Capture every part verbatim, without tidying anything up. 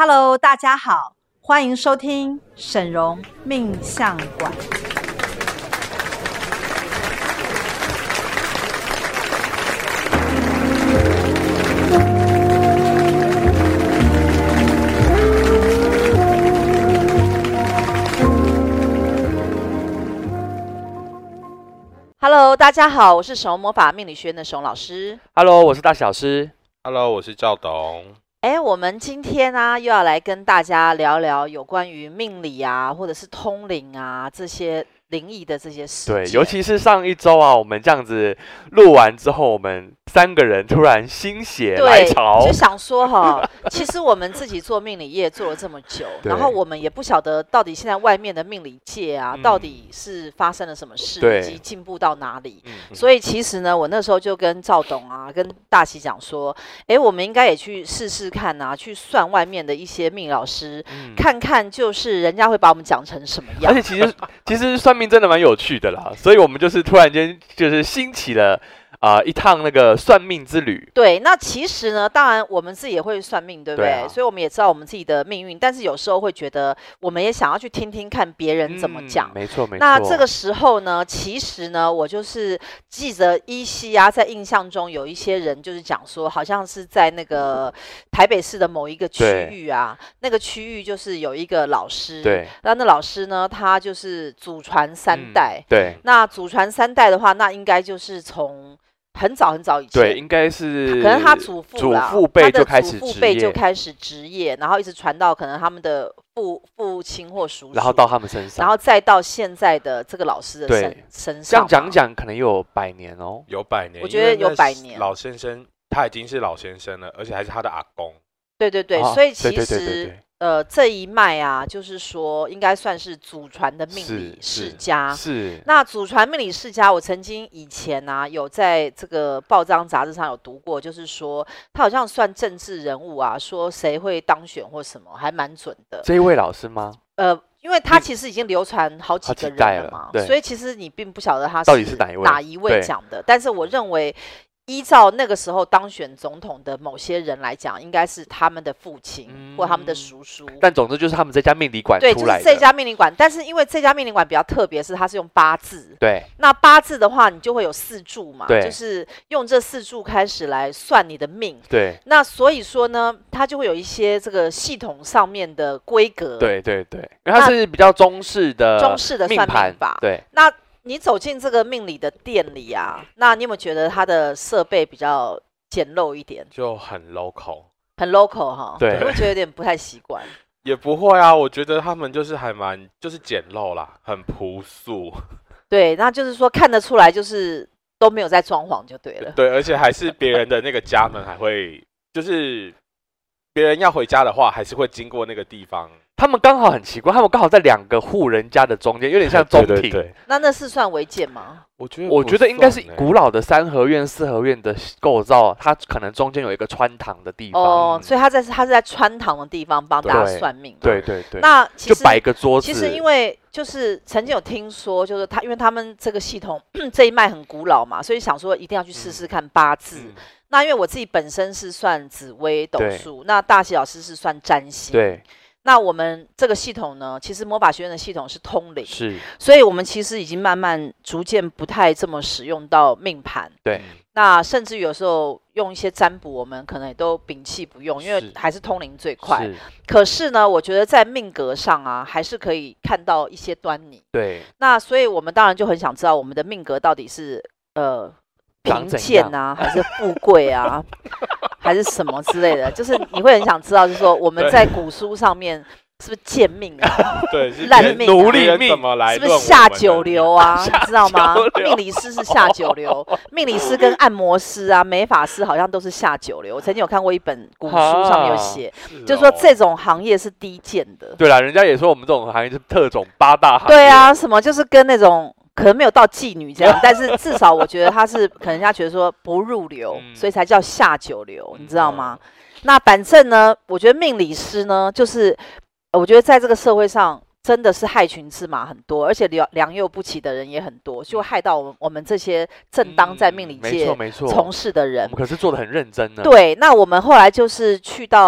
Hello， 大家好，欢迎收听沈荣命相馆。Hello， 大家好，我是沈荣魔法命理学院的沈荣老师。 Hello， 我是大小师。 Hello， 我是赵董。 哎，我们今天呢、啊、又要来跟大家聊聊有关于命理啊，或者是通灵啊这些灵异的这些事情。 对，尤其是上一周啊，我们这样子录完之后，我们三个人突然心血来潮， 就想说哈，其实我们自己做命理业做了这么久，然后我们也不晓得到底现在外面的命理界啊，嗯、到底是发生了什么事，以及进步到哪里。嗯、所以其实呢，我那时候就跟赵董啊，跟大喜讲说，哎，我们应该也去试试看啊，去算外面的一些命理老师，嗯、看看就是人家会把我们讲成什么样。 而且其实其实算命真的蛮有趣的啦，所以我们就是突然间就是兴起了。啊、呃，一趟那个算命之旅。 对，那其实呢，当然我们自己也会算命，对不对？ 对啊、 所以我们也知道我们自己的命运，但是有时候会觉得，我们也想要去听听看别人怎么讲、 嗯。没错，没错。 那这个时候呢，其实呢，我就是记得依稀啊，在印象中有一些人就是讲说，好像是在那个台北市的某一个区域啊，那个区域就是有一个老师。 对。 那那老师呢，他就是祖传三代。 嗯、对。 那祖传三代的话，那应该就是从很早很早以前， 对，应该是可能他祖父祖父辈就开始他的祖父辈就开始职业，然后一直传到可能他们的父父亲或叔叔， 然后到他们身上， 然后再到现在的这个老师的身身上。 这样讲讲，可能有百年哦， 有百年， 我觉得有百年。 老先生他已经是老先生了，而且还是他的阿公。 对对对， 哦、 所以其实。 对对对对对呃，这一脉啊，就是说，应该算是祖传的命理世家。 是。是那祖传命理世家，我曾经以前啊，有在这个报章杂志上有读过，就是说，他好像算政治人物啊，说谁会当选或什么，还蛮准的。 这一位老师吗？ 呃，因为他其实已经流传好几个人了嘛， 了所以其实你并不晓得他到底是哪一位哪一位讲的。但是我认为。依照那个时候当选总统的某些人来讲，应该是他们的父亲、嗯、或他们的叔叔。 但总之就是他们这家命理馆出来的。 对，就是这家命理馆。但是因为这家命理馆比较特别，是它是用八字。 对。 那八字的话，你就会有四柱嘛， 对， 就是用这四柱开始来算你的命。 对。 那所以说呢，它就会有一些这个系统上面的规格。 对对对，因为它是比较中式的中式的算命法。 对。 那你走进这个命理的店里啊，那你有没有觉得它的设备比较简陋一点？ 就很 local， 很 local 哈。 对， 我会觉得有点不太习惯。 也不会啊，我觉得他们就是还蛮就是简陋啦，很朴素。 对，那就是说看得出来，就是都没有在装潢就对了。 对，而且还是别人的那个家门，还会就是别人要回家的话，还是会经过那个地方。 他们刚好很奇怪，他们刚好在两个户人家的中间，有点像中庭。 对对对， 那那是算违建吗？ 我觉得， 我觉得应该是古老的三合院、四合院的构造，它可能中间有一个穿堂的地方。 哦，所以他在他是在穿堂的地方帮大家算命。 对对 对, 对。 那其实就摆一个桌子。 其实因为就是曾经有听说，就是他因为他们这个系统这一脉很古老嘛，所以想说一定要去试试看八字。嗯、那因为我自己本身是算紫微斗数，那大喜老师是算占星。 对。 那我们这个系统呢，其实魔法学院的系统是通灵， 是， 所以我们其实已经慢慢逐渐不太这么使用到命盘。 对， 那甚至有时候用一些占卜，我们可能也都摒弃不用，因为还是通灵最快。是，可是呢，我觉得在命格上啊，还是可以看到一些端倪。 对， 那所以我们当然就很想知道我们的命格到底是呃贫贱啊，还是富贵啊？还是什么之类的，就是你会很想知道，就是说我们在古书上面是不是贱命啊？ 对， 烂命、啊、 奴隶命怎么来？ 是不是下九流啊？你知道吗？命理师是下九流，命理师跟按摩师啊、美发师好像都是下九流。我曾经有看过一本古书上面有写，是就是说这种行业是低贱的。 对啦，人家也说我们这种行业是特种八大行业。 对啊，什么就是跟那种。可能没有到妓女这样，但是至少我觉得他是可能人家觉得说不入流，嗯、所以才叫下九流，你知道吗？嗯、那反正呢，我觉得命理师呢，就是我觉得在这个社会上真的是害群之马很多，而且良良莠不齐的人也很多，就害到我们我们这些正当在命理界从事的人。 嗯、我们可是做得很认真呢。 对，那我们后来就是去到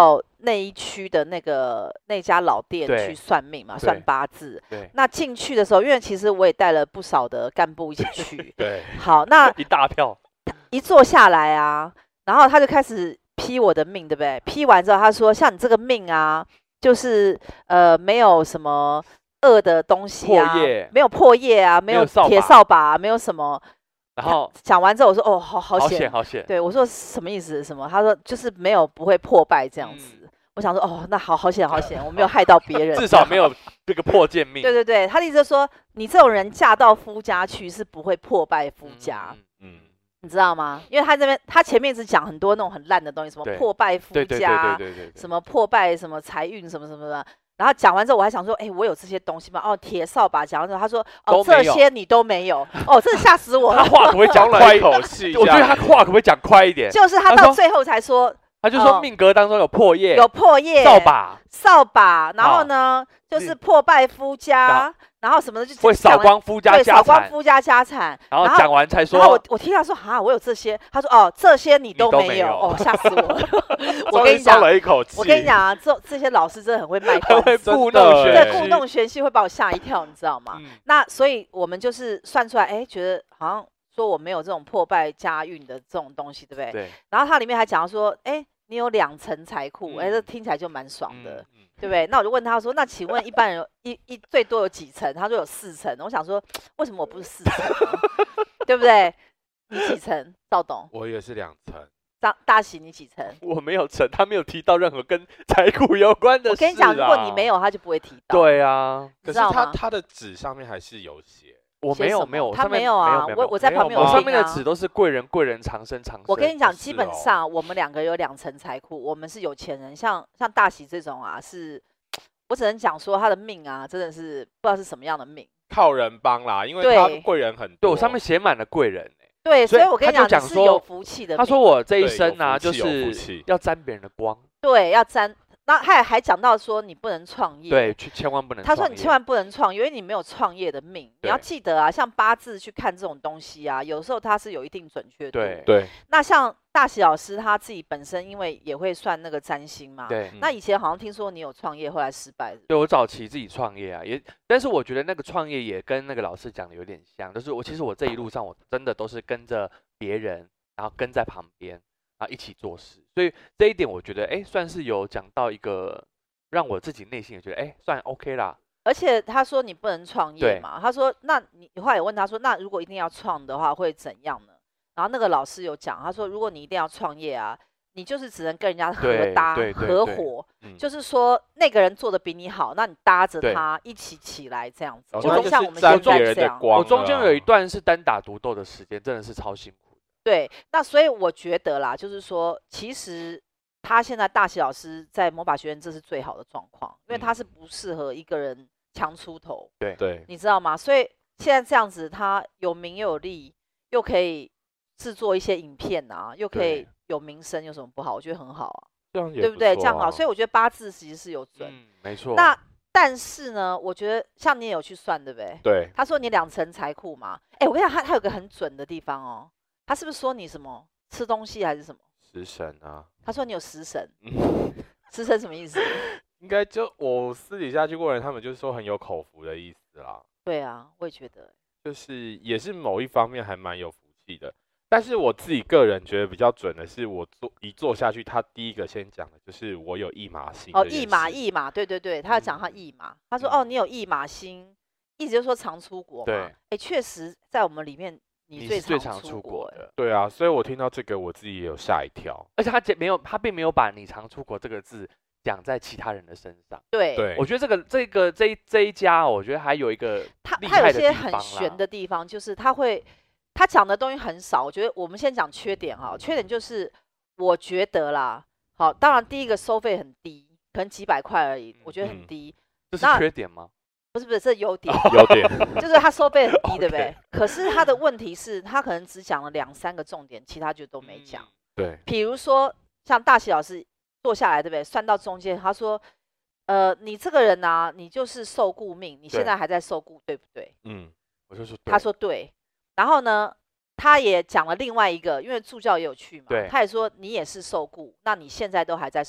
那一区的那个那家老店去算命嘛，算八字。 对。 那进去的时候，因为其实我也带了不少的干部一起去。 对。 好，那一大票。 一坐下来啊，然后他就开始批我的命，对不对？批完之后，他说：“像你这个命啊，就是呃没有什么恶的东西啊，没有破业啊，没有铁扫把、啊，没有什么。” 然后讲完之后，我说：“哦，好好险， 好险。” 对我说：“什么意思？什么？”他说：“就是没有不会破败这样子。嗯”我想说：“哦，那好好险，好险，我没有害到别人， 至少没有这个破贱命。” 对对对，他的意思是说，你这种人嫁到夫家去是不会破败夫家，嗯，嗯你知道吗？因为他这边他前面一直讲很多那种很烂的东西，什么破败夫家，什么破败什么财运什么什么的。然后讲完之后，我还想说，哎，我有这些东西吗？哦，铁扫把讲完之后，他说，哦，这些你都没有，哦，这吓死我了。 他话可不可以讲快一口气？我觉得他话可不可以讲快一点？ 就是他到最后才说， 他就说命格当中有破业， 有破业， 扫把， 扫把，然后呢，就是破败夫家。然后什么的就会扫光夫家家产， 对，扫光夫家家产。 然后讲完才说， 然后我我听他说哈，我有这些，他说哦，这些你都没有，哦，吓死我了。我跟你讲， 了一口气。 我跟你讲啊，这这些老师真的很会卖关子， 故弄玄虚， 对，故弄玄虚会把我吓一跳，你知道吗？嗯、那所以我们就是算出来，哎，觉得好像说我没有这种破败家运的这种东西，对不对？ 对。 然后它里面还讲到说，哎，你有两层财库，哎、嗯，这听起来就蛮爽的。嗯对不对？那我就问他说：“那请问一般人一一最多有几层？”他说有四层。我想说，为什么我不是四层呢？对不对？你几层？赵董？ 我也是两层。 大大喜你几层？ 我没有层，他没有提到任何跟财库有关的事、啊。 我跟你讲，如果你没有，他就不会提到。 对啊， 可是他他的纸上面还是有写。 我没有没有， 他没有啊。我我在旁边， 我上面的纸都是贵人贵人长生长生。 我跟你讲，基本上我们两个有两层财库，我们是有钱人。像像大喜这种啊，是我只能讲说他的命啊，真的是不知道是什么样的命， 靠人帮啦，因为他贵人很多。 对我上面写满了贵人。 对，所以我跟你讲，你是有福气的。 他说我这一生啊，就是要沾别人的光。 对，要沾。那他还讲到说你不能创业， 对，千万不能。 他说你千万不能创业，因为你没有创业的命。你要记得啊，像八字去看这种东西啊，有时候它是有一定准确度。 对对。 那像大喜老师他自己本身，因为也会算那个占星嘛。 对。 那以前好像听说你有创业，后来失败。 对，我早期自己创业啊，也，但是我觉得那个创业也跟那个老师讲的有点像，就是我其实我这一路上我真的都是跟着别人，然后跟在旁边啊一起做事，所以这一点我觉得哎算是有讲到一个。让我自己内心也觉得，哎，算 OK 啦。 而且他说你不能创业嘛，他说，那你后来也问他说，那如果一定要创的话会怎样呢？然后那个老师有讲，他说，如果你一定要创业啊，你就是只能跟人家合搭、合伙，嗯、就是说那个人做的比你好，那你搭着他一起起来这样子，就像我们现在这样。 我中间有一段是单打独斗的时间，真的是超辛苦。 对，那所以我觉得啦，就是说，其实。他现在大喜老师在魔法学院，这是最好的状况，因为他是不适合一个人强出头， 对对， 你知道吗？所以现在这样子，他有名又有利，又可以制作一些影片啊，又可以有名声，有什么不好？我觉得很好啊， 这样也对不对？这样好，所以我觉得八字其实是有准， 嗯，没错。 那但是呢，我觉得像你也有去算，对不对？ 对。 他说你两层财库嘛，哎，我跟你讲，他他有个很准的地方哦，他是不是说你什么吃东西还是什么？ 食神啊， 他说你有食神，食神什么意思？ 应该就我私底下去过人，他们就说很有口福的意思啦。 对啊，我也觉得， 就是也是某一方面还蛮有福气的。但是我自己个人觉得比较准的是，我做一做下去，他第一个先讲的就是我有驿马星。 哦，驿马驿马，对对对，他要讲他驿马，嗯、他说、嗯、哦，你有驿马星，意思就是说常出国嘛。 对， 哎，确实在我们里面。你最最常出国的， 对啊，所以我听到这个我自己也有吓一跳， 而且他没有，他并没有把你常出国这个字讲在其他人的身上。 对， 对我觉得这个这个这一这一家，我觉得还有一个他他有些很玄的地方，就是他会他讲的东西很少。我觉得我们先讲缺点哈，缺点就是我觉得啦，好，当然第一个收费很低，可能几百块而已，我觉得很低。 嗯、这是缺点吗？ 不是不是，这优点， 优点就是他收费很低，对不对？可是他的问题是，他可能只讲了两三个重点，其他就都没讲。 嗯、对， 比如说像大喜老师坐下来，对不对？算到中间，他说：“呃，你这个人啊，你就是受雇命，你现在还在受雇，对不对？” 嗯，我就说， 他说对。然后呢，他也讲了另外一个，因为助教也有去嘛，他也说你也是受雇，那你现在都还在受雇。助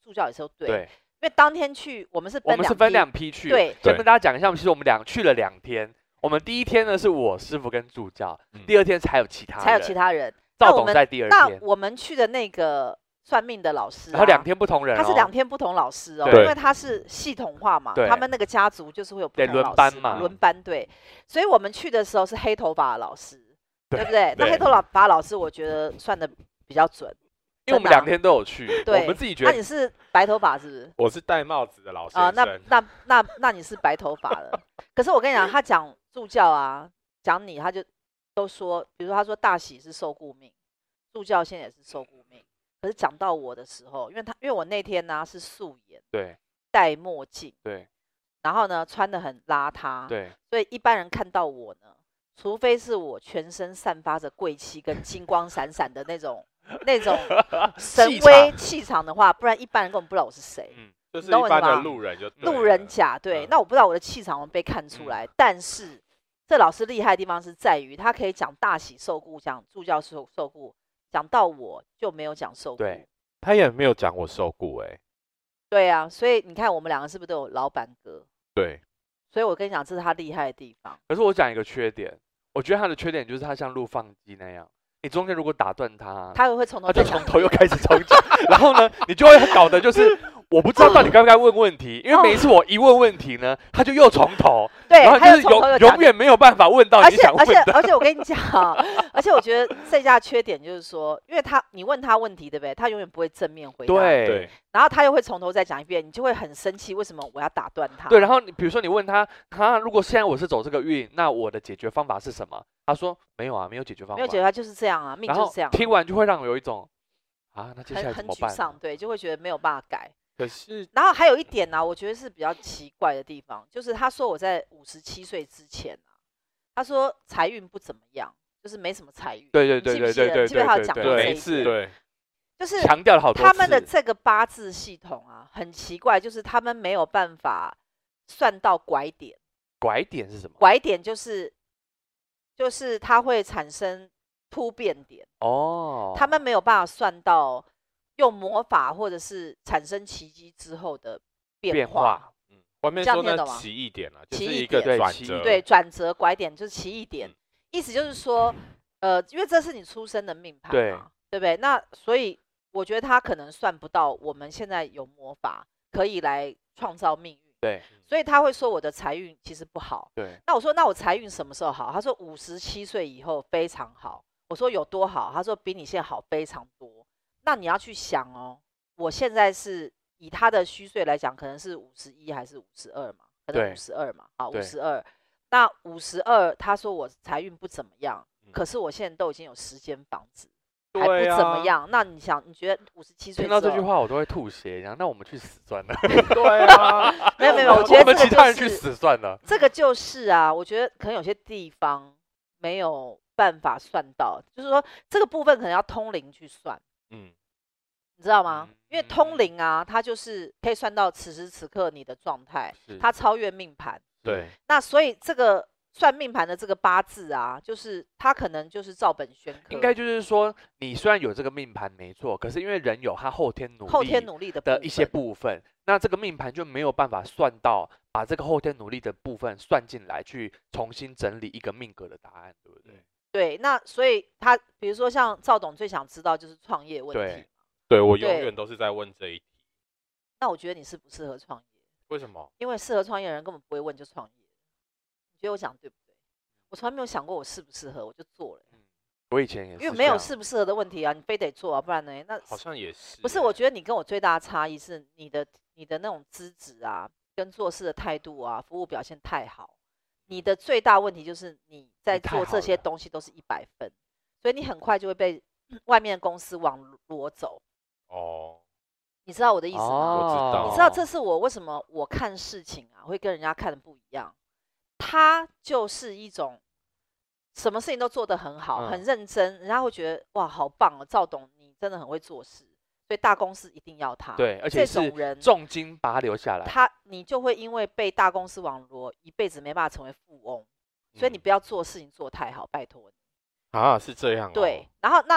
助教也是对， 对， 因为当天去我们是我们是分两批去， 对， 先跟大家讲一下，其实我们俩去了两天，我们第一天呢是我师傅跟助教，嗯、第二天才有其他人， 才有其他人， 赵董在第二天， 那我们去的那个算命的老师、啊， 然后两天不同人、哦， 他是两天不同老师哦，因为他是系统化嘛，他们那个家族就是会有不同老师轮班嘛， 轮班对，所以我们去的时候是黑头发的老师，对不对？那黑头发老师我觉得算的比较准。 因为我们两天都有去， 对， 我们自己觉得。 那你是白头发是不是？ 我是戴帽子的老先生。 啊，那那那那你是白头发了。可是我跟你讲，他讲助教啊，讲你，他就都说，比如说他说大喜是受雇命，助教现在也是受雇命。可是讲到我的时候，因为他因为我那天呢、啊、是素颜， 对， 戴墨镜， 对， 然后呢穿得很邋遢， 对， 所以一般人看到我呢，除非是我全身散发着贵气跟金光闪闪的那种。那种神威气场的话，不然一般人根本不知道我是谁。 嗯，就是一般的路人就路人甲对、嗯。那我不知道我的气场被看出来，嗯、但是这老师厉害的地方是在于，他可以讲大喜受雇，讲助教受受雇，讲到我就没有讲受雇。 对，他也没有讲我受雇哎、欸。 对啊，所以你看我们两个是不是都有老板哥？ 对。 所以我跟你讲，这是他厉害的地方。 可是我讲一个缺点，我觉得他的缺点就是他像录放机那样。你中间如果打断他， 他会从头， 他就从头又开始重讲，然后呢，你就会搞得就是我不知道到底该不该问问题，因为每一次我一问问题呢，他就又从头， 对， 然后就是永永远没有办法问到你想问的。 而且而且而且我跟你讲、啊，而且我觉得这家缺点就是说，因为他你问他问题，对不对？他永远不会正面回答， 对， 然后他又会从头再讲一遍，你就会很生气，为什么我要打断他？ 对，然后你比如说你问他，他如果现在我是走这个运，那我的解决方法是什么？他说没有啊，没有解决方法， 没有解决，他就是这样啊，命就是这样、啊。 听完就会让我有一种啊，那接下来怎么办？ 很沮丧，对，就会觉得没有办法改。 可是， 然后还有一点呢、啊，我觉得是比较奇怪的地方，就是他说我在五十七岁之前啊，他说财运不怎么样，就是没什么财运。 对对对对对对， 基本上讲过这一次，对， 就是强调了好多次。 他们的这个八字系统啊，很奇怪，就是他们没有办法算到拐点。 拐点是什么？ 拐点就是。就是它会产生突变点哦，他们没有办法算到用魔法或者是产生奇迹之后的变化。变化嗯，外面说那奇异点啊，就是一个转折， 对，转折拐点就是奇异点，嗯、意思就是说，呃，因为这是你出生的命盘嘛，对不对？那所以我觉得他可能算不到我们现在有魔法可以来创造命运。 对， 所以他会说我的财运其实不好。 对， 那我说那我财运什么时候好？他说五十七岁以后非常好。我说有多好？他说比你现在好非常多。那你要去想哦，我现在是以他的虚岁来讲，可能是五十一还是五十二嘛？可能五十二嘛，好，五十二。那五十二，他说我财运不怎么样，嗯、可是我现在都已经有十间房子。还不怎么样，啊、那你想，你觉得五十七岁听到这句话我都会吐血，然后那我们去死算了。 对啊， 没有没有，我觉得、就是、 我们其他人去死算了。 这个就是啊，我觉得可能有些地方没有办法算到，就是说这个部分可能要通灵去算，嗯，你知道吗？嗯、因为通灵啊，它就是可以算到此时此刻你的状态，它超越命盘。 对， 那所以这个。算命盘的这个八字啊，就是他可能就是照本宣科。 应该就是说，你虽然有这个命盘没错，可是因为人有他后天努力、 后天努力的的一些部分，那这个命盘就没有办法算到把这个后天努力的部分算进来，去重新整理一个命格的答案，对不对？ 对，那所以他比如说像赵董最想知道就是创业问题。 对，对我永远都是在问这一题。 那我觉得你适不适合创业？ 为什么？ 因为适合创业的人根本不会问就创业。觉得我讲对不对？我从来没有想过我适不适合，我就做了。 嗯，我以前也是， 因为没有适不适合的问题啊，你非得做啊，不然呢？那好像也是。 不是，我觉得你跟我最大的差异是你的你的那种资质啊，跟做事的态度啊，服务表现太好。你的最大问题就是你在做这些东西都是一百分，所以你很快就会被外面的公司往裸走。哦，你知道我的意思吗？ 我知道。 你知道这是我为什么我看事情啊会跟人家看的不一样。他就是一种什么事情都做得很好，嗯、很认真，人家会觉得哇，好棒哦，赵董你真的很会做事，所以大公司一定要他。 对，而且是重金把他留下来。 他你就会因为被大公司网罗，一辈子没办法成为富翁，所以你不要做事情做太好，拜托你。 啊，是这样、哦。 对，然后那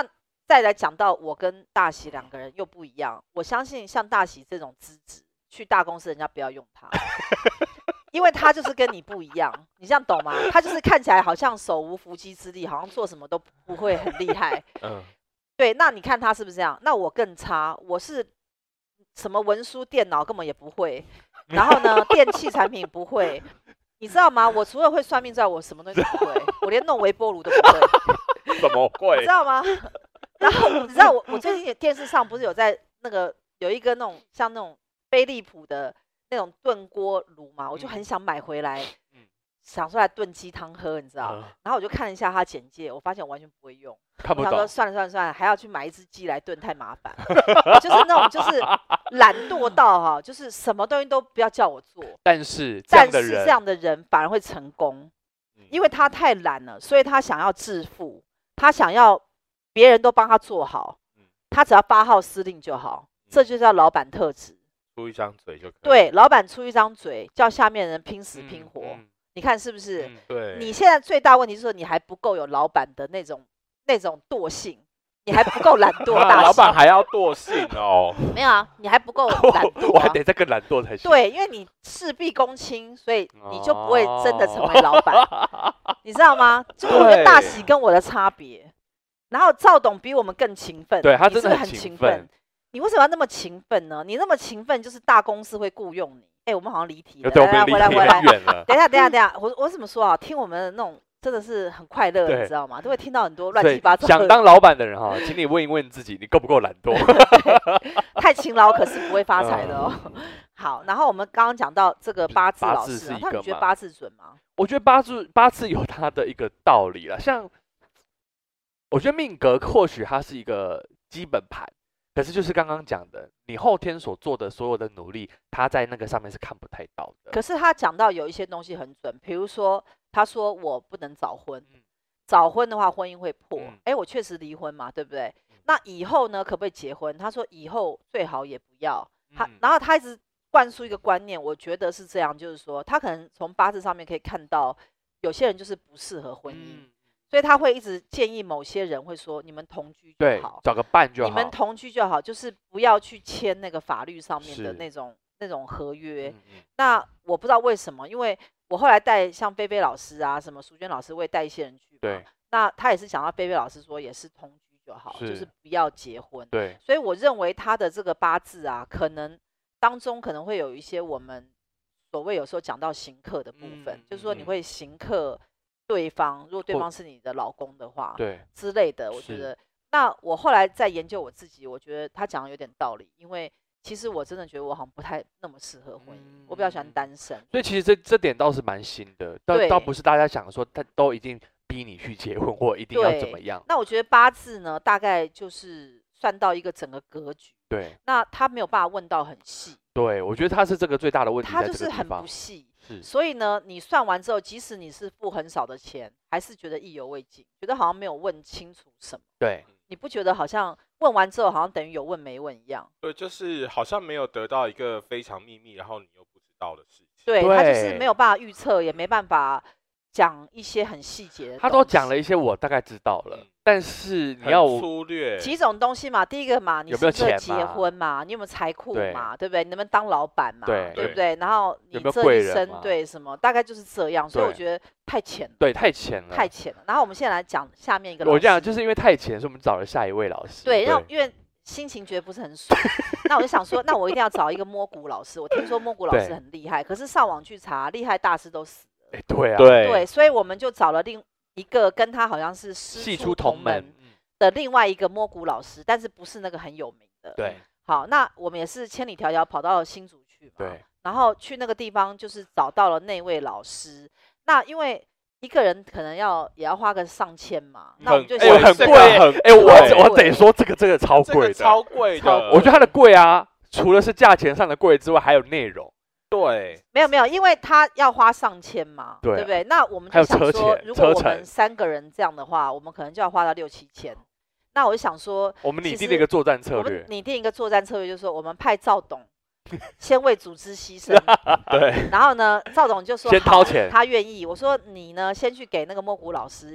再来讲到我跟大喜两个人又不一样，我相信像大喜这种资质，去大公司人家不要用他，因为他就是跟你不一样，你这样懂吗？他就是看起来好像手无缚鸡之力，好像做什么都不会很厉害。嗯，对，那你看他是不是这样？那我更差，我是什么文书、电脑根本也不会，然后呢，电器产品不会，你知道吗？我除了会算命之外，我什么东西不会，我连弄微波炉都不会。 怎么会？ 你知道吗？然后你知道我我最近电视上不是有在那个有一个那种像那种飞利浦的那种炖锅炉嘛，我就很想买回来，嗯、想说来炖鸡汤喝，你知道？嗯、然后我就看了一下它简介，我发现我完全不会用。 看不懂。 我想说算了算了算了，还要去买一只鸡来炖，太麻烦。就是那种就是懒惰到哈，就是什么东西都不要叫我做。 但是但是这样的人反而会成功，因为他太懒了，所以他想要致富，他想要别人都帮他做好，他只要发号施令就好，这就叫老板特质。 出一张嘴就可以。 对，老板出一张嘴，叫下面人拼死拼活。嗯嗯、你看是不是？ 嗯、对。 你现在最大问题就是你还不够有老板的那种那种惰性，你还不够懒惰大。 老板还要惰性哦。 没有啊，你还不够懒惰、啊。 我还得再更懒惰才行。 对，因为你事必躬亲，所以你就不会真的成为老板，哦、你知道吗？就是我觉得大喜跟我的差别。然后赵董比我们更勤奋， 对他真的很勤奋。你为什么要那么勤奋呢？你那么勤奋，就是大公司会雇佣你。哎，我们好像离题了， 来来回来回来， 等一下等一下等一下，我我怎么说啊？听我们的那种真的是很快乐，你知道吗？都会听到很多乱七八糟。 想当老板的人哈，请你问一问自己，你够不够懒惰？ 太勤劳可是不会发财的哦。好，然后我们刚刚讲到这个八字老师，那你觉得八字准吗？ 我觉得八字八字有它的一个道理啦，像。我觉得命格或许它是一个基本盘，可是就是刚刚讲的，你后天所做的所有的努力，它在那个上面是看不太到的。 可是他讲到有一些东西很准，比如说他说我不能早婚，嗯、早婚的话婚姻会破。哎、嗯，我确实离婚嘛，对不对？嗯、那以后呢，可不可以结婚？他说以后最好也不要。他、嗯、然后他一直灌输一个观念，我觉得是这样，就是说他可能从八字上面可以看到，有些人就是不适合婚姻。嗯，所以他会一直建议某些人会说，你们同居就好， 找个伴就好， 你们同居就好，就是不要去签那个法律上面的那种那种合约。嗯嗯，那我不知道为什么，因为我后来带像菲菲老师啊，什么淑娟老师，我也带一些人去嘛。 对。 那他也是讲到菲菲老师说，也是同居就好，是就是不要结婚。 对。 所以我认为他的这个八字啊，可能当中可能会有一些我们所谓有时候讲到刑克的部分，嗯、就是说你会刑克。对方，如果对方是你的老公的话， 对之类的，我觉得。那我后来在研究我自己，我觉得他讲的有点道理，因为其实我真的觉得我好像不太那么适合婚姻，嗯、我比较喜欢单身。 所以其实这这点倒是蛮新的，倒倒不是大家想说他都一定逼你去结婚或一定要怎么样。 那我觉得八字呢，大概就是算到一个整个格局。 对。 那他没有办法问到很细。 对，我觉得他是这个最大的问题在这个地方。 他就是很不细。所以呢，你算完之后，即使你是付很少的钱，还是觉得意犹未尽，觉得好像没有问清楚什么。 对， 你不觉得好像问完之后，好像等于有问没问一样？ 对，就是好像没有得到一个非常秘密，然后你又不知道的事情。 对，他就是没有办法预测，也没办法讲一些很细节的。 他都讲了一些我大概知道了。嗯，但是你要粗略几种东西嘛，第一个嘛，你有没有钱结婚嘛，你有没有财库嘛， 对, 对不对？你能不能当老板嘛， 对, 对不对？然后你这一生对什么，大概就是这样，所以我觉得太浅了， 对，太浅了， 太浅了。然后我们现在来讲下面一个老师， 我讲就是因为太浅，所以我们找了下一位老师。 对，让因为心情觉得不是很爽，那我就想说，那我一定要找一个摸骨老师。我听说摸骨老师很厉害，可是上网去查，厉害大师都死了。 哎，对啊， 对对，所以我们就找了另一个跟他好像是师出同门的另外一个摸骨老师，但是不是那个很有名的。 对， 好，那我们也是千里迢迢跑到新竹去嘛。 对， 然后去那个地方就是找到了那位老师。那因为一个人可能要也要花个上千嘛，那我们就哎、欸、很贵，很哎、欸、我我得说这个这个超贵的， 超贵的。 我觉得它的贵啊，除了是价钱上的贵之外，还有内容。 对， 没有没有，因为他要花上千嘛， 对,、啊、对不对？那我们就想说，如果我们三个人这样的话，我们可能就要花到六七千。那我就想说， 我们拟定了一个作战策略， 我们拟定一个作战策略，就是说我们派赵董先为组织牺牲， 对。 然后呢，赵董就说先掏钱， 他愿意。我说你呢，先去给那个摸骨老师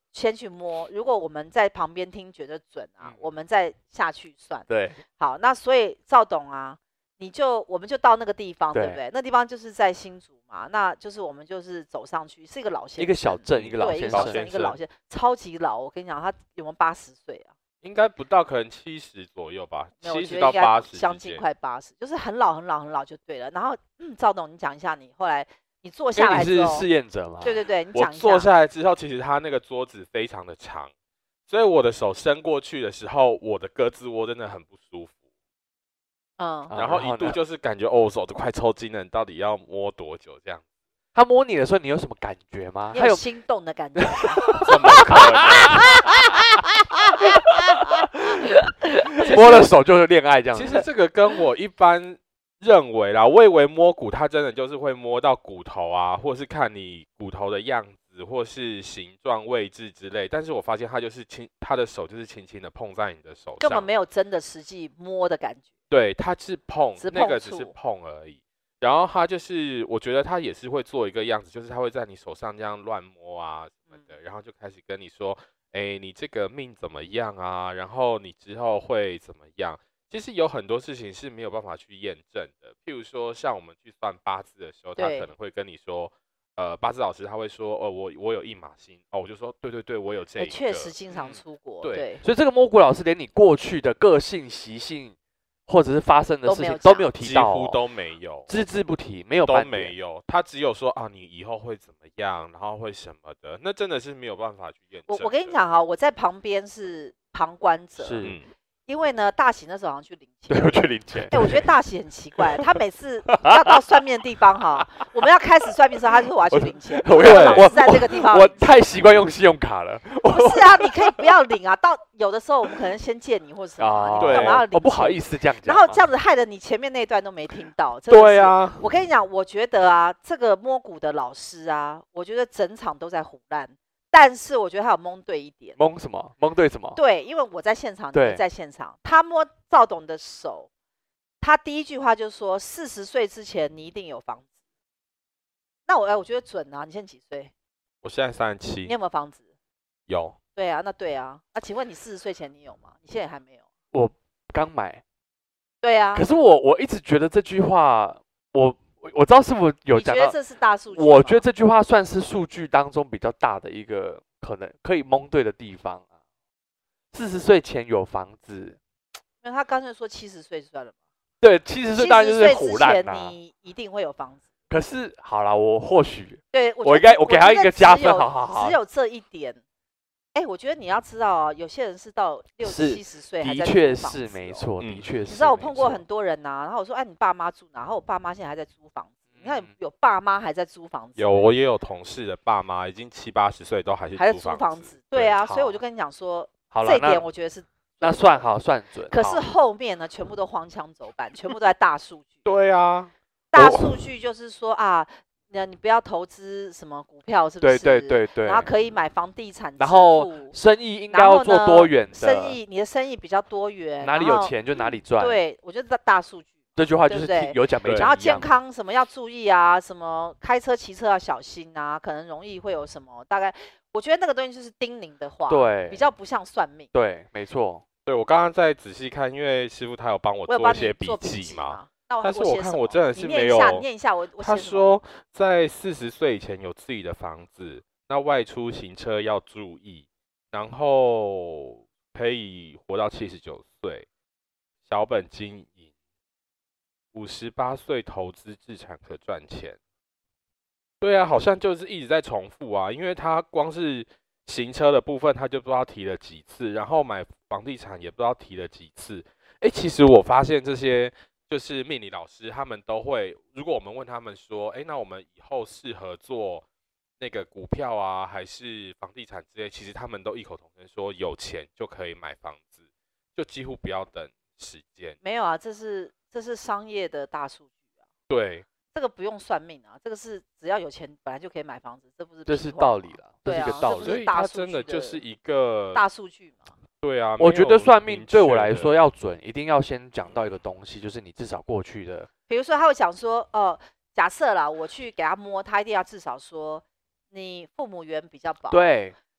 先去摸，如果我们在旁边听觉得准啊，嗯、我们再下去算。 对， 好，那所以赵董啊，你就我们就到那个地方， 对, 对不对？那地方就是在新竹嘛，那就是我们就是走上去，是一个老先生， 一个小镇，一个老先生， 一个老先生，超级老。我跟你讲，他有没有八十岁啊？ 应该不到，可能七十左右吧，七十到八十， 将近快八十，就是很老很老很老就对了。然后，嗯，赵董，你讲一下你后来。你坐下来之后， 你是试验者吗？ 对对对，你讲一下。 我坐下来之后，其实他那个桌子非常的长，所以我的手伸过去的时候，我的胳肢窝真的很不舒服。嗯，然后一度就是感觉哦，我手都快抽筋了，你到底要摸多久这样？ 他摸你的时候，你有什么感觉吗？ 你有心动的感觉吗？ 怎么可能？摸了手就是恋爱这样子。 其实这个跟我一般。认为啦，我以为摸骨，它真的就是会摸到骨头啊，或是看你骨头的样子，或是形状、位置之类。但是我发现它就是轻，他的手就是轻轻的碰在你的手上， 根本没有真的实际摸的感觉。 对，它是碰，那个只是碰而已。然后他就是，我觉得他也是会做一个样子，就是他会在你手上这样乱摸啊什么的，嗯、然后就开始跟你说，哎，你这个命怎么样啊？然后你之后会怎么样？其实有很多事情是没有办法去验证的，譬如说像我们去算八字的时候，他可能会跟你说，呃，八字老师他会说，哦，我我有一马星，哦，我就说，对对对，我有这个。 确实经常出国， 对， 对所以这个摸骨老师连你过去的个性、习性，或者是发生的事情都没有提到、 哦，几乎都没有， 只字不提，没有都没有，他只有说啊，你以后会怎么样，然后会什么的，那真的是没有办法去验证。 我我跟你讲哈，我在旁边是旁观者， 是。 嗯因为呢，大喜那时候好像去领钱， 对，我去领钱。 哎、欸，我觉得大喜很奇怪，他每次要到算命的地方哈，我们要开始算命的时候，他就说我要去领钱。 我我在这个地方我，我太习惯用信用卡了。 不是啊，你可以不要领啊。到有的时候我们可能先借你或者什么、啊， 哦、 你干嘛要领？ 我不好意思这样讲、 然后这样子害得你前面那一段都没听到。 对啊， 我跟你讲，我觉得啊，这个摸骨的老师啊，我觉得整场都在唬烂。但是我觉得他有蒙对一点， 蒙什么？蒙对什么？ 对，因为我在现场，你们在现场，他摸赵董的手，他第一句话就说：四十岁之前你一定有房子。那我哎，我觉得准啊！你现在几岁？ 我现在三十七。 你有没有房子？ 有。 对啊，那对啊。那请问你四十岁前你有吗？你现在还没有。 我刚买。 对啊。 可是我我一直觉得这句话，我。我知道师傅有讲到， 你觉得这是大数据？ 我觉得这句话算是数据当中比较大的一个可能可以蒙对的地方啊。四十岁前有房子， 因为他刚才说七十岁算了嘛。 对，七十岁当然就是唬烂啦。 你一定会有房子。 可是好啦，我或许对我应该我给他一个加分，好好好。 只有这一点。哎，我觉得你要知道啊，有些人是到六七十岁还在租房子、哦， 的确是没错，的确是。 你知道我碰过很多人呐、啊，然后我说，哎、啊，你爸妈住哪？然后我爸妈现在还在租房子。嗯、你看有爸妈还在租房子。 有，我也有同事的爸妈已经七八十岁都还是还在租房子。对啊，所以我就跟你讲说，这一点我觉得是那算好算准。 可是后面呢，全部都荒腔走板，全部都在大数据。 对啊， 大数据就是说啊。那你不要投资什么股票，是不是？ 对对对对。 然后可以买房地产， 然后生意应该要做多元的。 生意，你的生意比较多元， 哪里有钱就哪里赚。 对，我觉得大数据。 这句话就是有讲没讲。 然后健康什么要注意啊，什么开车骑车要小心啊，可能容易会有什么。大概我觉得那个东西就是叮咛的话， 对， 比较不像算命。 对，没错。 对我刚刚在仔细看，因为师傅他有帮我做一些笔记嘛。但是我看我真的是没有。 你念一下，念一下我。我他说，在四十岁以前有自己的房子，那外出行车要注意，然后可以活到七十九岁，小本经营，五十八岁投资自产可赚钱。对啊，好像就是一直在重复啊，因为他光是行车的部分，他就不知道提了几次，然后买房地产也不知道提了几次。哎，其实我发现这些。就是命理老师，他们都会，如果我们问他们说，哎，那我们以后适合做那个股票啊，还是房地产之类，其实他们都异口同声说，有钱就可以买房子，就几乎不要等时间。 没有啊，这是这是商业的大数据啊。 对， 这个不用算命啊，这个是只要有钱本来就可以买房子，这不是这是道理了， 对啊， 这是一个道理。 所以它真的就是一个大数据嘛。 对啊， 我觉得算命对我来说要准，一定要先讲到一个东西，就是你至少过去的。 比如说，他会讲说，哦、呃，假设啦，我去给他摸，他一定要至少说你父母缘比较薄， 对，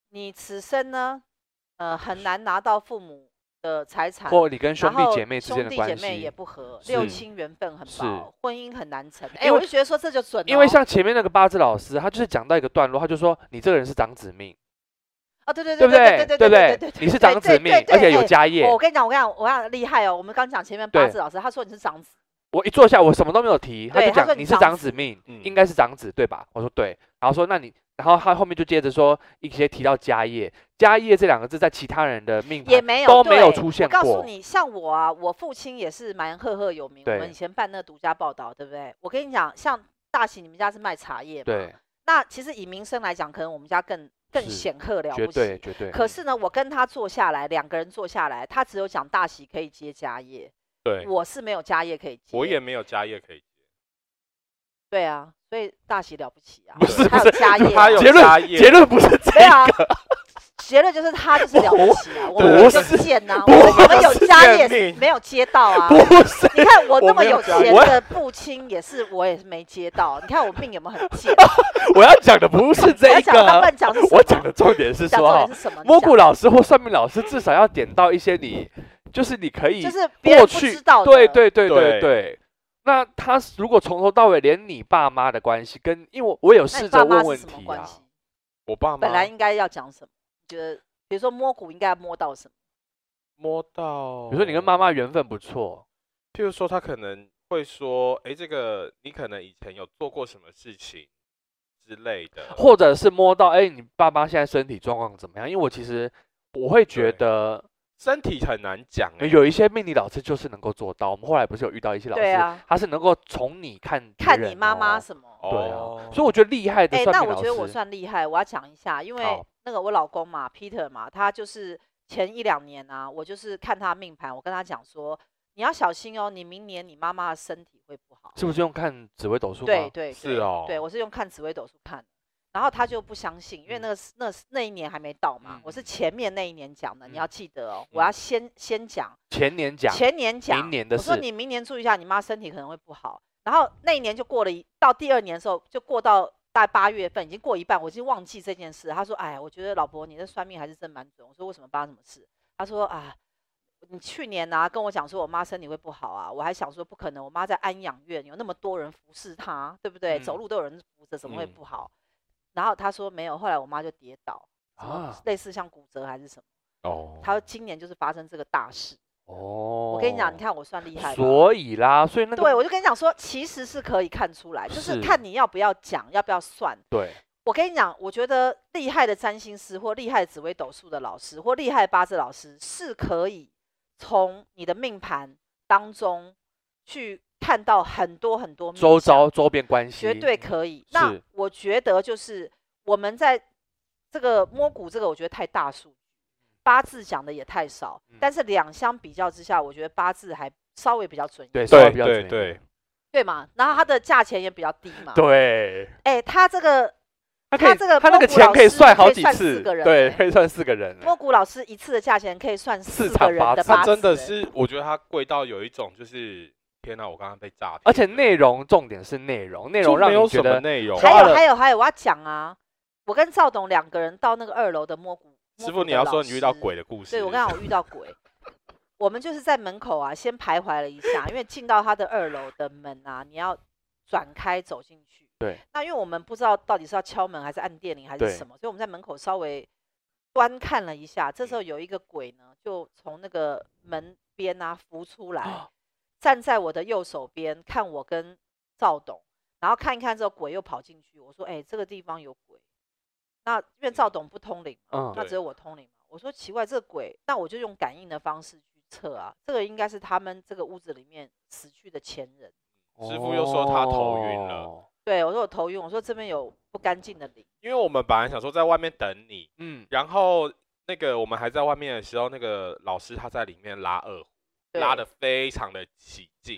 你此生呢，呃，很难拿到父母的财产， 或你跟兄弟姐妹之间的关系， 兄弟姐妹也不合，六亲缘分很薄，婚姻很难成。哎、 欸， 我就觉得说这就准、哦。 因为像前面那个八字老师，他就是讲到一个段落，他就说你这个人是长子命。 哦，对对对对对对对对对， 你是长子命，而且有家业。 我跟你讲，我跟你讲，我跟你讲厉害哦。我们刚讲前面八字老师，他说你是长子。 我一坐下，我什么都没有提，他就讲你是长子命，应该是长子对吧？我说对，然后说那你，然后他后面就接着说一些提到家业，家业这两个字在其他人的命盘也没有都没有出现过。 我告诉你，像我啊，我父亲也是蛮赫赫有名。我们以前办那个独家报道，对不对？我跟你讲，像大喜你们家是卖茶叶嘛？ 对。 那其实以名声来讲，可能我们家更。更显赫了不起， 绝对绝对。 可是呢，我跟他坐下来，两个人坐下来，他只有讲大喜可以接家业， 对， 我是没有家业可以接， 我也没有家业可以接。 对啊，所以大喜了不起啊， 不是他有家业、啊， 他有家业， 结论不是这个。 啊结论就是他就是了不起啊，我们就贱呐，我们有家业没有接到啊。 不是， 你看我那么有钱的父亲也是，我也是没接到。你看我命有没有很贱？ 我要讲的不是这个，我讲的重点是说，摸骨老师或算命老师至少要点到一些你，就是你可以就是过去知道的， 对对对对对。那他如果从头到尾连你爸妈的关系跟，因为我我有试着问问题啊， 我爸妈本来应该要讲什么？觉得比如说摸骨应该要摸到什么？ 摸到， 比如说你跟妈妈缘分不错， 譬如说他可能会说，哎，这个你可能以前有做过什么事情之类的， 或者是摸到，哎，你爸妈现在身体状况怎么样？因为我其实我会觉得身体很难讲， 有一些命理老师就是能够做到。我们后来不是有遇到一些老师， 啊、 他是能够从你看、哦、 看你妈妈什么， 对啊，哦、所以我觉得厉害的算命老师。 那我觉得我算厉害，我要讲一下，因为。那个我老公嘛 ，Peter 嘛，他就是前一两年啊，我就是看他命盘，我跟他讲说，你要小心哦，你明年你妈妈的身体会不好。 是不是用看紫微斗数吗？ 对对是哦， 对我是用看紫微斗数看，然后他就不相信，因为那个那那一年还没到嘛，嗯、我是前面那一年讲的，嗯、你要记得哦，我要先先讲前年讲， 前年讲， 明年的事。 我说你明年注意一下，你妈身体可能会不好。然后那一年就过了一，到第二年的时候就过到。大概八月份已经过一半，我已经忘记这件事。他说：“哎，我觉得老婆你的算命还是真蛮准。”我说：“为什么发生什么事？”他说：“啊，你去年啊跟我讲说我妈身体会不好啊，我还想说不可能，我妈在安养院有那么多人服侍她，对不对？嗯、走路都有人扶着，怎么会不好？”嗯、然后他说：“没有。”后来我妈就跌倒，啊，类似像骨折还是什么。哦，他说今年就是发生这个大事。哦，我跟你讲，你看我算厉害， 所以啦，所以那个对我就跟你讲说，其实是可以看出来，就是看你要不要讲，要不要算。 对， 我跟你讲，我觉得厉害的占星师或厉害的紫微斗数的老师或厉害的八字老师是可以从你的命盘当中去看到很多很多周遭周边关系， 绝对可以。那我觉得就是我们在这个摸骨这个，我觉得太大数。八字讲的也太少，嗯、但是两相比较之下，我觉得八字还稍微比较准一点。 对，稍微比较准一点。 对对对嘛，然后它的价钱也比较低嘛。 对。 哎、欸，它这个， 它可以， 这个它那个钱可以算好几次， 个人对，可以算四个人。 摸骨老师一次的价钱可以算四个人的八字。 他真的是，我觉得它贵到有一种就是天哪，我刚刚被诈骗。 而且内容重点是内容，内容让你觉得内容。 还有还有还有，我要讲啊，我跟赵董两个人到那个二楼的摸骨。 师傅，你要说你遇到鬼的故事。 对，我刚刚我遇到鬼，我们就是在门口啊，先徘徊了一下，因为进到他的二楼的门啊，你要转开走进去。 对。 那因为我们不知道到底是要敲门还是按电铃还是什么，所以我们在门口稍微端看了一下。这时候有一个鬼呢，就从那个门边啊浮出来，哦、站在我的右手边看我跟赵董，然后看一看之后，鬼又跑进去。我说：“哎、欸，这个地方有鬼。”那因为赵董不通灵嘛，嗯、那只有我通灵嘛。我说奇怪，这个鬼，那我就用感应的方式去测啊。这个应该是他们这个屋子里面死去的前人。 师傅又说他头晕了。哦、 对，我说我头晕，我说这边有不干净的灵。 因为我们本来想说在外面等你，嗯，然后那个我们还在外面的时候，那个老师他在里面拉二胡，拉得非常的起劲。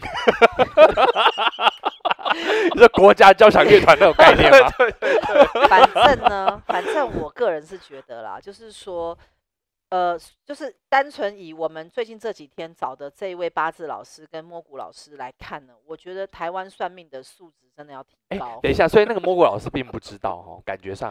你说国家交响乐团那种概念吗？ 对对对。 反正呢，反正我个人是觉得啦，就是说，呃，就是单纯以我们最近这几天找的这一位八字老师跟摸骨老师来看呢，我觉得台湾算命的素质真的要提高。 等一下，所以那个摸骨老师并不知道哦，感觉上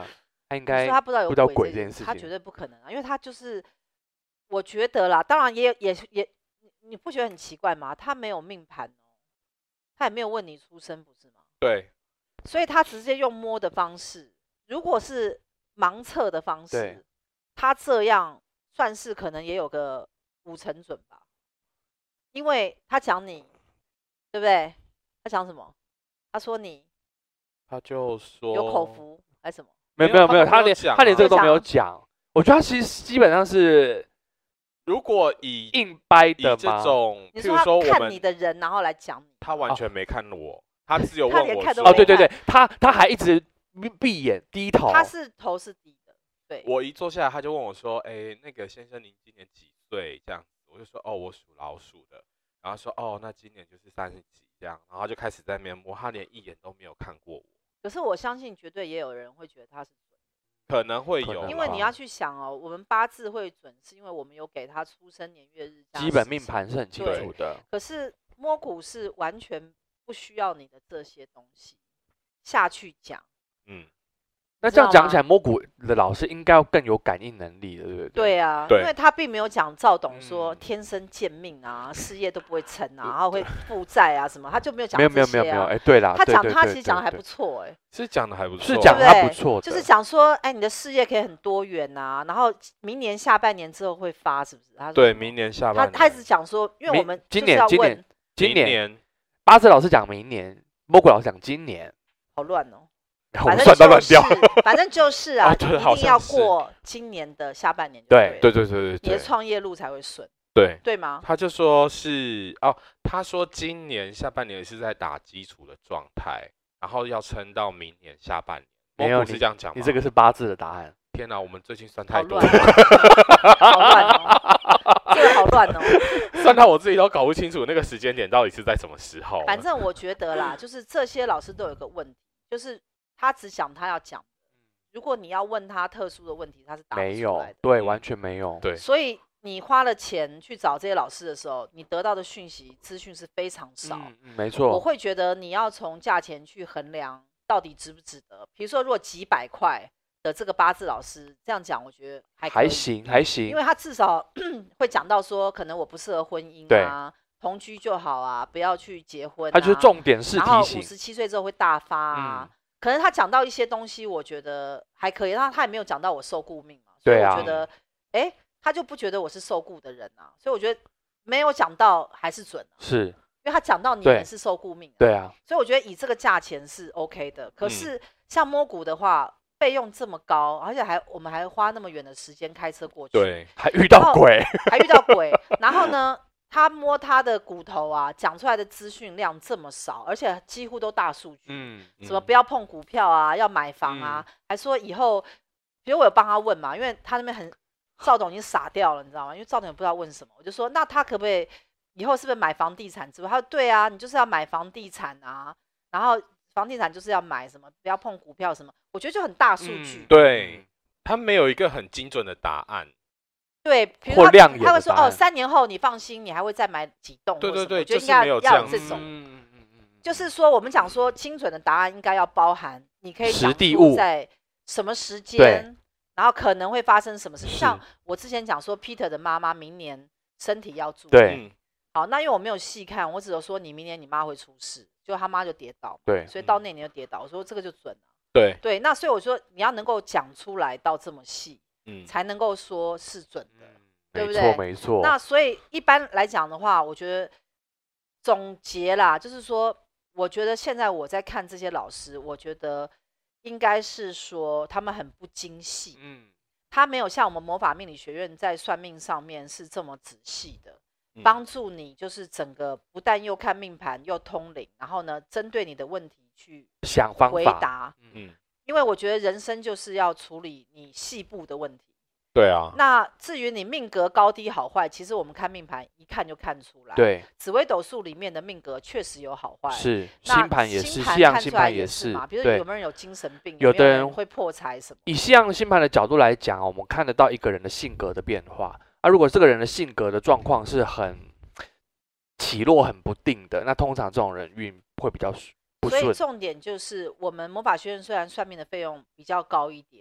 他应该说他不知道有不知道鬼鬼这件事情， 他绝对不可能啊，因为他就是我觉得啦，当然也也也，你不觉得很奇怪吗？他没有命盘哦，他也没有问你出生，不是吗？ 对， 所以他直接用摸的方式，如果是盲测的方式，他这样算是可能也有个五成准吧，因为他讲你，对不对？他讲什么？他说你， 他就说有口福还是什么？ 没有没有没有，他连他连这个都没有讲。我觉得他其实基本上是， 如果以硬掰的这种， 你说他看你的人，然后来讲你， 他完全没看我，他只有问我说， 哦对对对，他他还一直闭眼低头， 他是头是低的，对。 我一坐下来，他就问我说，哎，那个先生您今年几岁？这样子，我就说，哦，我属老鼠的。然后说，哦，那今年就是三十几这样，然后就开始在那边摸，他连一眼都没有看过我。 可是我相信，绝对也有人会觉得他是准， 可能会有， 因为你要去想哦，我们八字会准，是因为我们有给他出生年月日， 基本命盘是很清楚的。 可是摸骨是完全不需要你的这些东西下去讲， 嗯。 那这样讲起来，摸骨的老师应该要更有感应能力的，对不对？ 对啊，因为他并没有讲赵董说天生贱命啊，嗯、事业都不会成啊，然后会负债啊什么，他就没有讲这些、啊。 没有没有没有没有，哎，对啦， 他讲他其实讲的还不错，哎， 是讲的还不错， 是讲他不错， 就是讲说，哎，你的事业可以很多元啊，然后明年下半年之后会发，是不是？他对，明年下半年。 他他一直讲说，因为我们今年今年今年八字老师讲明年，摸骨老师讲今年， 好乱哦。 反正算到乱掉， 反正就是啊， 哦、对一定要过今年的下半年就对对对对对对， 你的创业路才会顺， 对对吗？ 他就说是哦，他说今年下半年是在打基础的状态，然后要撑到明年下半年。 没有是这样讲吗？ 你这个是八字的答案。 天哪，我们最近算太多了，好乱哦，这个好乱哦， 算到我自己都搞不清楚那个时间点到底是在什么时候。 反正我觉得啦，就是这些老师都有一个问题，就是。他只讲他要讲，如果你要问他特殊的问题，他是答不出来的。 没有，对，完全没有。 对， 所以你花了钱去找这些老师的时候，你得到的讯息资讯是非常少。 嗯嗯、没错， 我会觉得你要从价钱去衡量到底值不值得。比如说，如果几百块的这个八字老师这样讲，我觉得还还行，还行， 因为他至少会讲到说，可能我不适合婚姻啊。同居就好啊，不要去结婚、啊。 他就是重点是提醒， 然后五十七岁之后会大发啊。嗯，可能他讲到一些东西，我觉得还可以，但他也没有讲到我受雇命嘛，所以我觉得，哎、啊，他就不觉得我是受雇的人啊，所以我觉得没有讲到还是准、啊， 是， 因为他讲到你们是受雇命、啊， 对啊， 所以我觉得以这个价钱是 OK 的。可是像摸骨的话，费用这么高，而且还我们还花那么远的时间开车过去， 对， 还遇到鬼， 还遇到鬼，然后呢？他摸他的骨头啊，讲出来的资讯量这么少，而且几乎都大数据，嗯，什么不要碰股票啊，要买房啊，嗯、还说以后，比如我有帮他问嘛，因为他那边很，赵董已经傻掉了，你知道吗？因为赵董也不知道问什么，我就说那他可不可以以后是不是买房地产之类？他说对啊，你就是要买房地产啊，然后房地产就是要买什么，不要碰股票什么，我觉得就很大数据， 嗯、对，他没有一个很精准的答案。 对，比如他他会说哦，三年后你放心，你还会再买几栋。 对对对， 我觉得应该要有这种， 嗯嗯嗯， 就是说我们讲说精准的答案应该要包含，你可以讲出在什么时间，然后可能会发生什么事。像我之前讲说 ，Peter 的妈妈明年身体要注意。 对， 好，那因为我没有细看，我只有说你明年你妈会出事，就他妈就跌倒， 对， 所以到那年就跌倒。我说这个就准了。 对对，那所以我说你要能够讲出来到这么细。嗯，才能够说是准的，嗯、对不对？ 没错，没错。 那所以一般来讲的话，我觉得总结啦，就是说，我觉得现在我在看这些老师，我觉得应该是说他们很不精细，嗯，他没有像我们魔法命理学院在算命上面是这么仔细的，嗯、帮助你就是整个不但又看命盘又通灵，然后呢，针对你的问题去想方法回答，嗯。因为我觉得人生就是要处理你细部的问题。 对啊。 那至于你命格高低好坏，其实我们看命盘一看就看出来。 对。 紫微斗数里面的命格确实有好坏。 是。 星盘也是，西洋星盘也是嘛。比如有没有人有精神病？ 有的人会破财什么？ 以西洋星盘的角度来讲，我们看得到一个人的性格的变化。啊，如果这个人的性格的状况是很起落很不定的，那通常这种人运会比较。 所以重点就是，我们魔法学院虽然算命的费用比较高一点，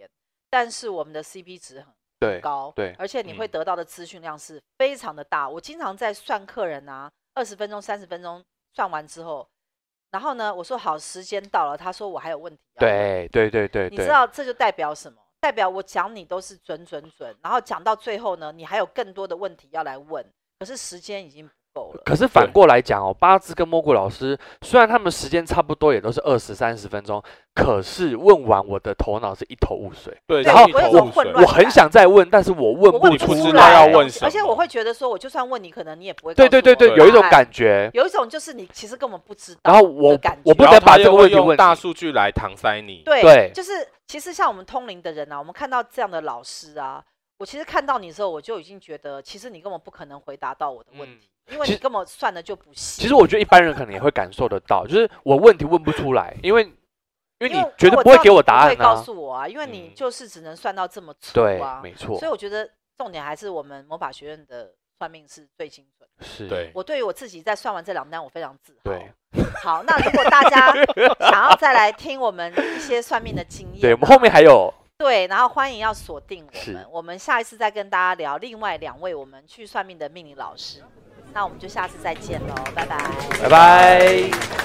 但是我们的 C P 值很高， 对， 而且你会得到的资讯量是非常的大。嗯、我经常在算客人啊，二十分钟、三十分钟算完之后，然后呢，我说好，时间到了，他说我还有问题要问。 对对对对， 你知道这就代表什么？代表我讲你都是准准准，然后讲到最后呢，你还有更多的问题要来问，可是时间已经不够了。 可是反过来讲哦，八字跟蘑菇老师虽然他们时间差不多，也都是二十三十分钟，可是问完我的头脑是一头雾水。 对， 然后我我很想再问，但是我问不出来要问什么， 而且我会觉得说，我就算问你，可能你也不会。 对对对对，有一种感觉， 有一种就是你其实根本不知道。 然后我感觉我不能把这个问题问用大数据来搪塞你。 对对， 就是其实像我们通灵的人啊，我们看到这样的老师啊。我其实看到你的时候，我就已经觉得，其实你根本不可能回答到我的问题，嗯、因为你根本算的就不细。 其实我觉得一般人可能也会感受得到，就是我问题问不出来，因为因为你绝对不会给我答案啊。 你不会告诉我啊，因为你就是只能算到这么粗啊。 对，没错。 所以我觉得重点还是我们魔法学院的算命是最精准的。 是， 对。 我对于我自己在算完这两单，我非常自豪。 对。 好，那如果大家想要再来听我们一些算命的经验， 对我们后面还有。 对，然后欢迎要锁定我们，我们下一次再跟大家聊另外两位我们去算命的命理老师，那我们就下次再见喽，拜拜， 拜拜。